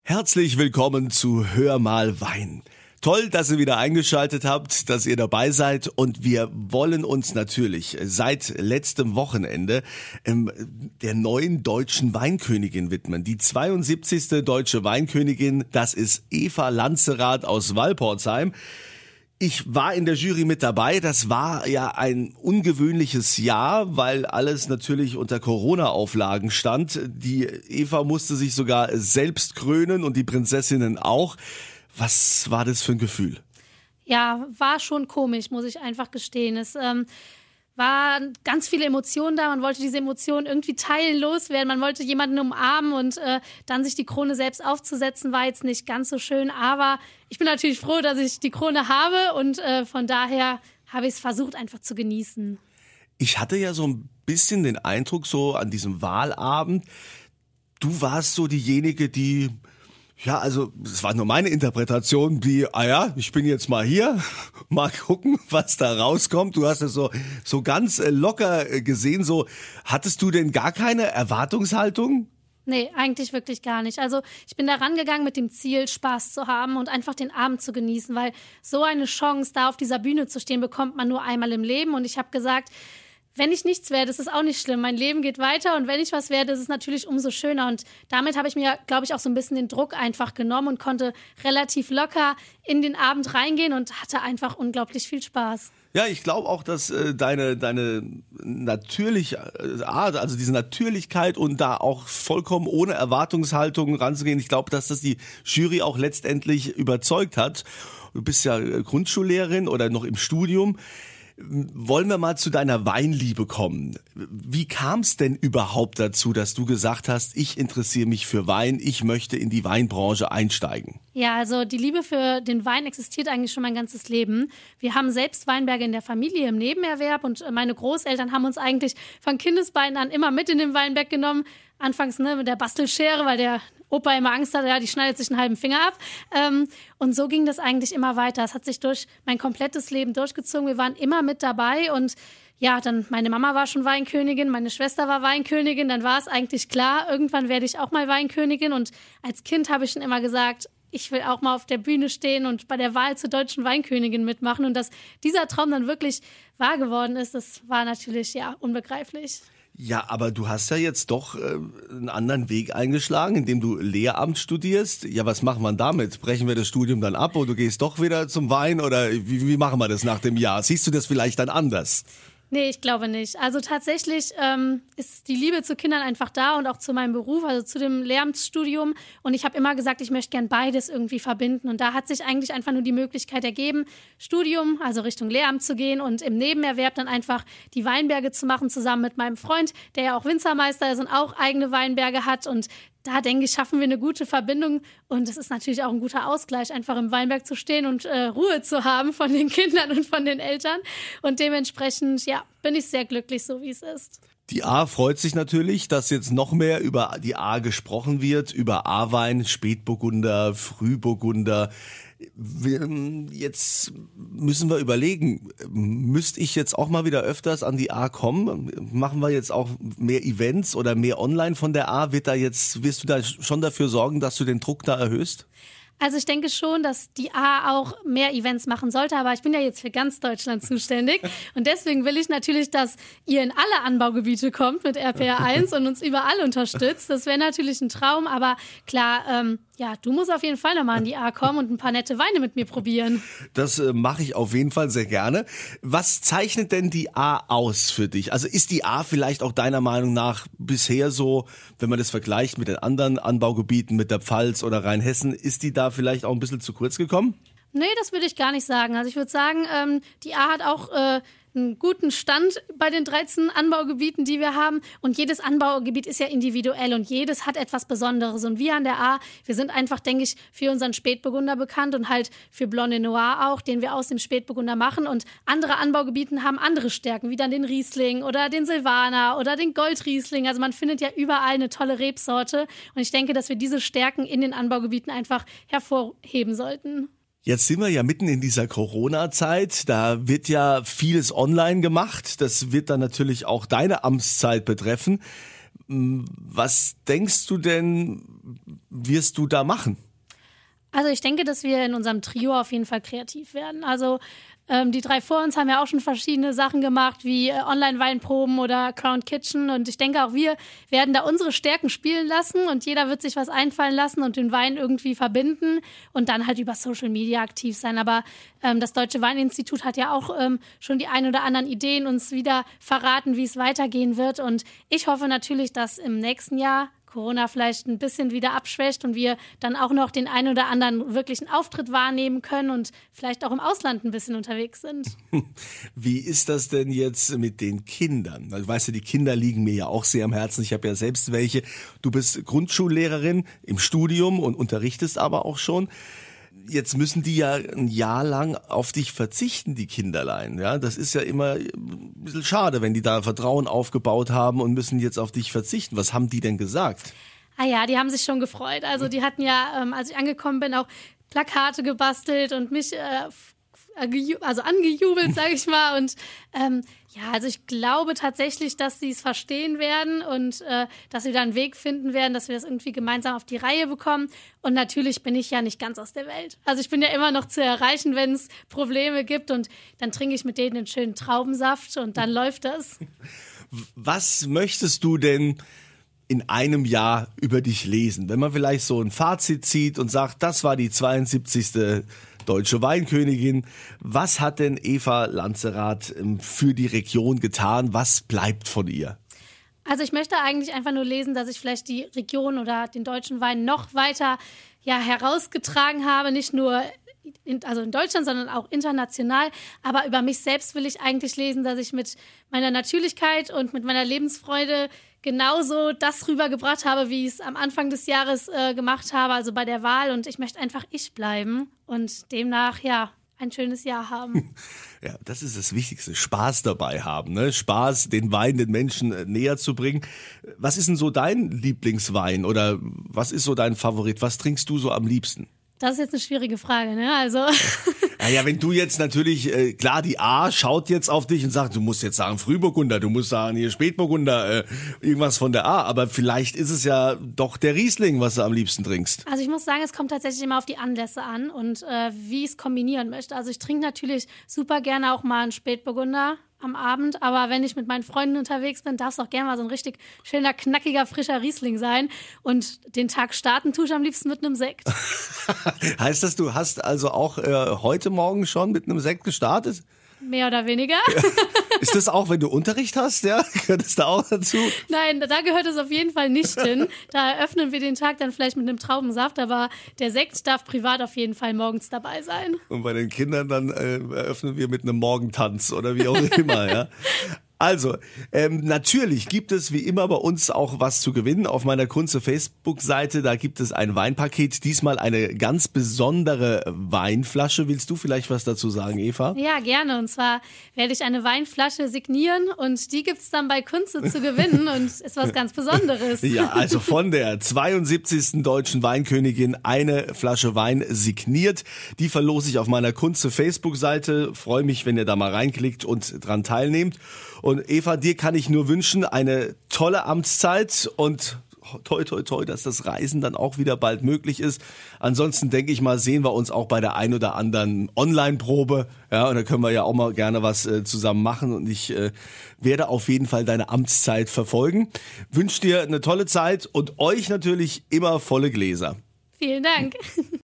Herzlich willkommen zu Hör mal Wein. Toll, dass ihr wieder eingeschaltet habt, dass ihr dabei seid und wir wollen uns natürlich seit letztem Wochenende der neuen deutschen Weinkönigin widmen. Die 72. deutsche Weinkönigin, das ist Eva Lanzerath aus Walporzheim. Ich war in der Jury mit dabei. Das war ja ein ungewöhnliches Jahr, weil alles natürlich unter Corona-Auflagen stand. Die Eva musste sich sogar selbst krönen und die Prinzessinnen auch. Was war das für ein Gefühl? Ja, war schon komisch, muss ich einfach gestehen. Es waren ganz viele Emotionen da. Man wollte diese Emotionen irgendwie teilen, loswerden. Man wollte jemanden umarmen und dann sich die Krone selbst aufzusetzen, war jetzt nicht ganz so schön. Aber ich bin natürlich froh, dass ich die Krone habe und von daher habe ich es versucht, einfach zu genießen. Ich hatte ja so ein bisschen den Eindruck, so an diesem Wahlabend, du warst so diejenige, die... Ja, also es war nur meine Interpretation, ich bin jetzt mal hier, mal gucken, was da rauskommt. Du hast es so ganz locker gesehen. So, hattest du denn gar keine Erwartungshaltung? Nee, eigentlich wirklich gar nicht. Also ich bin da rangegangen mit dem Ziel, Spaß zu haben und einfach den Abend zu genießen, weil so eine Chance, da auf dieser Bühne zu stehen, bekommt man nur einmal im Leben. Und ich habe gesagt, wenn ich nichts werde, ist es auch nicht schlimm. Mein Leben geht weiter und wenn ich was werde, ist es natürlich umso schöner. Und damit habe ich mir, glaube ich, auch so ein bisschen den Druck einfach genommen und konnte relativ locker in den Abend reingehen und hatte einfach unglaublich viel Spaß. Ja, ich glaube auch, dass deine natürliche Art, also diese Natürlichkeit und da auch vollkommen ohne Erwartungshaltung ranzugehen, ich glaube, dass das die Jury auch letztendlich überzeugt hat. Du bist ja Grundschullehrerin oder noch im Studium. Wollen wir mal zu deiner Weinliebe kommen. Wie kam es denn überhaupt dazu, dass du gesagt hast, ich interessiere mich für Wein, ich möchte in die Weinbranche einsteigen? Ja, also die Liebe für den Wein existiert eigentlich schon mein ganzes Leben. Wir haben selbst Weinberge in der Familie im Nebenerwerb und meine Großeltern haben uns eigentlich von Kindesbeinen an immer mit in den Weinberg genommen. Anfangs mit der Bastelschere, weil der Opa immer Angst hatte, ja, die schneidet sich einen halben Finger ab. Und so ging das eigentlich immer weiter. Es hat sich durch mein komplettes Leben durchgezogen. Wir waren immer mit dabei und ja, dann meine Mama war schon Weinkönigin, meine Schwester war Weinkönigin. Dann war es eigentlich klar, irgendwann werde ich auch mal Weinkönigin. Und als Kind habe ich schon immer gesagt, ich will auch mal auf der Bühne stehen und bei der Wahl zur deutschen Weinkönigin mitmachen. Und dass dieser Traum dann wirklich wahr geworden ist, das war natürlich ja unbegreiflich. Ja, aber du hast ja jetzt doch einen anderen Weg eingeschlagen, indem du Lehramt studierst. Ja, was machen wir damit? Brechen wir das Studium dann ab oder du gehst doch wieder zum Wein oder wie machen wir das nach dem Jahr? Siehst du das vielleicht dann anders? Nee, ich glaube nicht. Also tatsächlich ist die Liebe zu Kindern einfach da und auch zu meinem Beruf, also zu dem Lehramtsstudium. Und ich habe immer gesagt, ich möchte gern beides irgendwie verbinden. Und da hat sich eigentlich einfach nur die Möglichkeit ergeben, Studium, also Richtung Lehramt zu gehen und im Nebenerwerb dann einfach die Weinberge zu machen, zusammen mit meinem Freund, der ja auch Winzermeister ist und auch eigene Weinberge hat. Und da, denke ich, schaffen wir eine gute Verbindung und es ist natürlich auch ein guter Ausgleich, einfach im Weinberg zu stehen und Ruhe zu haben von den Kindern und von den Eltern und dementsprechend, ja, bin ich sehr glücklich, so wie es ist. Die A freut sich natürlich, dass jetzt noch mehr über die A gesprochen wird, über A-Wein, Spätburgunder, Frühburgunder. Jetzt müssen wir überlegen, müsste ich jetzt auch mal wieder öfters an die A kommen? Machen wir jetzt auch mehr Events oder mehr online von der A? Wirst du da schon dafür sorgen, dass du den Druck da erhöhst? Also ich denke schon, dass die A auch mehr Events machen sollte, aber ich bin ja jetzt für ganz Deutschland zuständig und deswegen will ich natürlich, dass ihr in alle Anbaugebiete kommt mit RPR 1 und uns überall unterstützt. Das wäre natürlich ein Traum, aber klar, ja, du musst auf jeden Fall nochmal an die A kommen und ein paar nette Weine mit mir probieren. Das mache ich auf jeden Fall sehr gerne. Was zeichnet denn die A aus für dich? Also ist die A vielleicht auch deiner Meinung nach bisher so, wenn man das vergleicht mit den anderen Anbaugebieten, mit der Pfalz oder Rheinhessen, ist die da vielleicht auch ein bisschen zu kurz gekommen? Nee, das würde ich gar nicht sagen. Also ich würde sagen, die A hat auch einen guten Stand bei den 13 Anbaugebieten, die wir haben. Und jedes Anbaugebiet ist ja individuell und jedes hat etwas Besonderes. Und wir an der A, wir sind einfach, denke ich, für unseren Spätburgunder bekannt und halt für Blanc de Noir auch, den wir aus dem Spätburgunder machen. Und andere Anbaugebieten haben andere Stärken, wie dann den Riesling oder den Silvaner oder den Goldriesling. Also man findet ja überall eine tolle Rebsorte. Und ich denke, dass wir diese Stärken in den Anbaugebieten einfach hervorheben sollten. Jetzt sind wir ja mitten in dieser Corona-Zeit, da wird ja vieles online gemacht, das wird dann natürlich auch deine Amtszeit betreffen. Was denkst du denn, wirst du da machen? Also ich denke, dass wir in unserem Trio auf jeden Fall kreativ werden. Also die drei vor uns haben ja auch schon verschiedene Sachen gemacht, wie Online-Weinproben oder Crown Kitchen. Und ich denke, auch wir werden da unsere Stärken spielen lassen und jeder wird sich was einfallen lassen und den Wein irgendwie verbinden und dann halt über Social Media aktiv sein. Aber das Deutsche Weininstitut hat ja auch schon die ein oder anderen Ideen uns wieder verraten, wie es weitergehen wird. Und ich hoffe natürlich, dass im nächsten Jahr Corona vielleicht ein bisschen wieder abschwächt und wir dann auch noch den einen oder anderen wirklichen Auftritt wahrnehmen können und vielleicht auch im Ausland ein bisschen unterwegs sind. Wie ist das denn jetzt mit den Kindern? Also, weißt du, die Kinder liegen mir ja auch sehr am Herzen. Ich habe ja selbst welche. Du bist Grundschullehrerin im Studium und unterrichtest aber auch schon. Jetzt müssen die ja ein Jahr lang auf dich verzichten, die Kinderlein. Ja, das ist ja immer ein bisschen schade, wenn die da Vertrauen aufgebaut haben und müssen jetzt auf dich verzichten. Was haben die denn gesagt? Ah ja, die haben sich schon gefreut. Also die hatten ja, als ich angekommen bin, auch Plakate gebastelt und mich angejubelt, sage ich mal. Und ja, also ich glaube tatsächlich, dass sie es verstehen werden und dass wir da einen Weg finden werden, dass wir das irgendwie gemeinsam auf die Reihe bekommen. Und natürlich bin ich ja nicht ganz aus der Welt. Also ich bin ja immer noch zu erreichen, wenn es Probleme gibt. Und dann trinke ich mit denen einen schönen Traubensaft und dann läuft das. Was möchtest du denn in einem Jahr über dich lesen? Wenn man vielleicht so ein Fazit zieht und sagt, das war die 72. Deutsche Weinkönigin. Was hat denn Eva Lanzerath für die Region getan? Was bleibt von ihr? Also ich möchte eigentlich einfach nur lesen, dass ich vielleicht die Region oder den deutschen Wein noch weiter herausgetragen habe, nicht nur in Deutschland, sondern auch international. Aber über mich selbst will ich eigentlich lesen, dass ich mit meiner Natürlichkeit und mit meiner Lebensfreude genauso das rübergebracht habe, wie ich es am Anfang des Jahres gemacht habe, also bei der Wahl. Und ich möchte einfach ich bleiben und demnach, ein schönes Jahr haben. Ja, das ist das Wichtigste. Spaß dabei haben, ne? Spaß, den Wein den Menschen näher zu bringen. Was ist denn so dein Lieblingswein oder was ist so dein Favorit? Was trinkst du so am liebsten? Das ist jetzt eine schwierige Frage, ne? Also. Naja, wenn du jetzt natürlich, klar, die A schaut jetzt auf dich und sagt, du musst jetzt sagen Frühburgunder, du musst sagen hier Spätburgunder, irgendwas von der A, aber vielleicht ist es ja doch der Riesling, was du am liebsten trinkst. Also ich muss sagen, es kommt tatsächlich immer auf die Anlässe an und wie ich es kombinieren möchte. Also ich trinke natürlich super gerne auch mal einen Spätburgunder am Abend, aber wenn ich mit meinen Freunden unterwegs bin, darf es auch gerne mal so ein richtig schöner, knackiger, frischer Riesling sein und den Tag starten tue ich am liebsten mit einem Sekt. Heißt das, du hast also auch heute Morgen schon mit einem Sekt gestartet? Mehr oder weniger. Ja. Ist das auch, wenn du Unterricht hast, ja? Gehört das da auch dazu? Nein, da gehört es auf jeden Fall nicht hin. Da eröffnen wir den Tag dann vielleicht mit einem Traubensaft, aber der Sekt darf privat auf jeden Fall morgens dabei sein. Und bei den Kindern dann eröffnen wir mit einem Morgentanz oder wie auch immer, ja? Also, natürlich gibt es wie immer bei uns auch was zu gewinnen. Auf meiner Kunze Facebook-Seite, da gibt es ein Weinpaket, diesmal eine ganz besondere Weinflasche. Willst du vielleicht was dazu sagen, Eva? Ja, gerne. Und zwar werde ich eine Weinflasche signieren und die gibt's dann bei Kunze zu gewinnen und ist was ganz Besonderes. Ja, also von der 72. Deutschen Weinkönigin eine Flasche Wein signiert. Die verlose ich auf meiner Kunze Facebook-Seite. Freue mich, wenn ihr da mal reinklickt und dran teilnehmt. Und Eva, dir kann ich nur wünschen, eine tolle Amtszeit und toi, toi, toi, dass das Reisen dann auch wieder bald möglich ist. Ansonsten denke ich mal, sehen wir uns auch bei der ein oder anderen Online-Probe. Ja, und da können wir ja auch mal gerne was zusammen machen. Und ich werde auf jeden Fall deine Amtszeit verfolgen. Wünsche dir eine tolle Zeit und euch natürlich immer volle Gläser. Vielen Dank.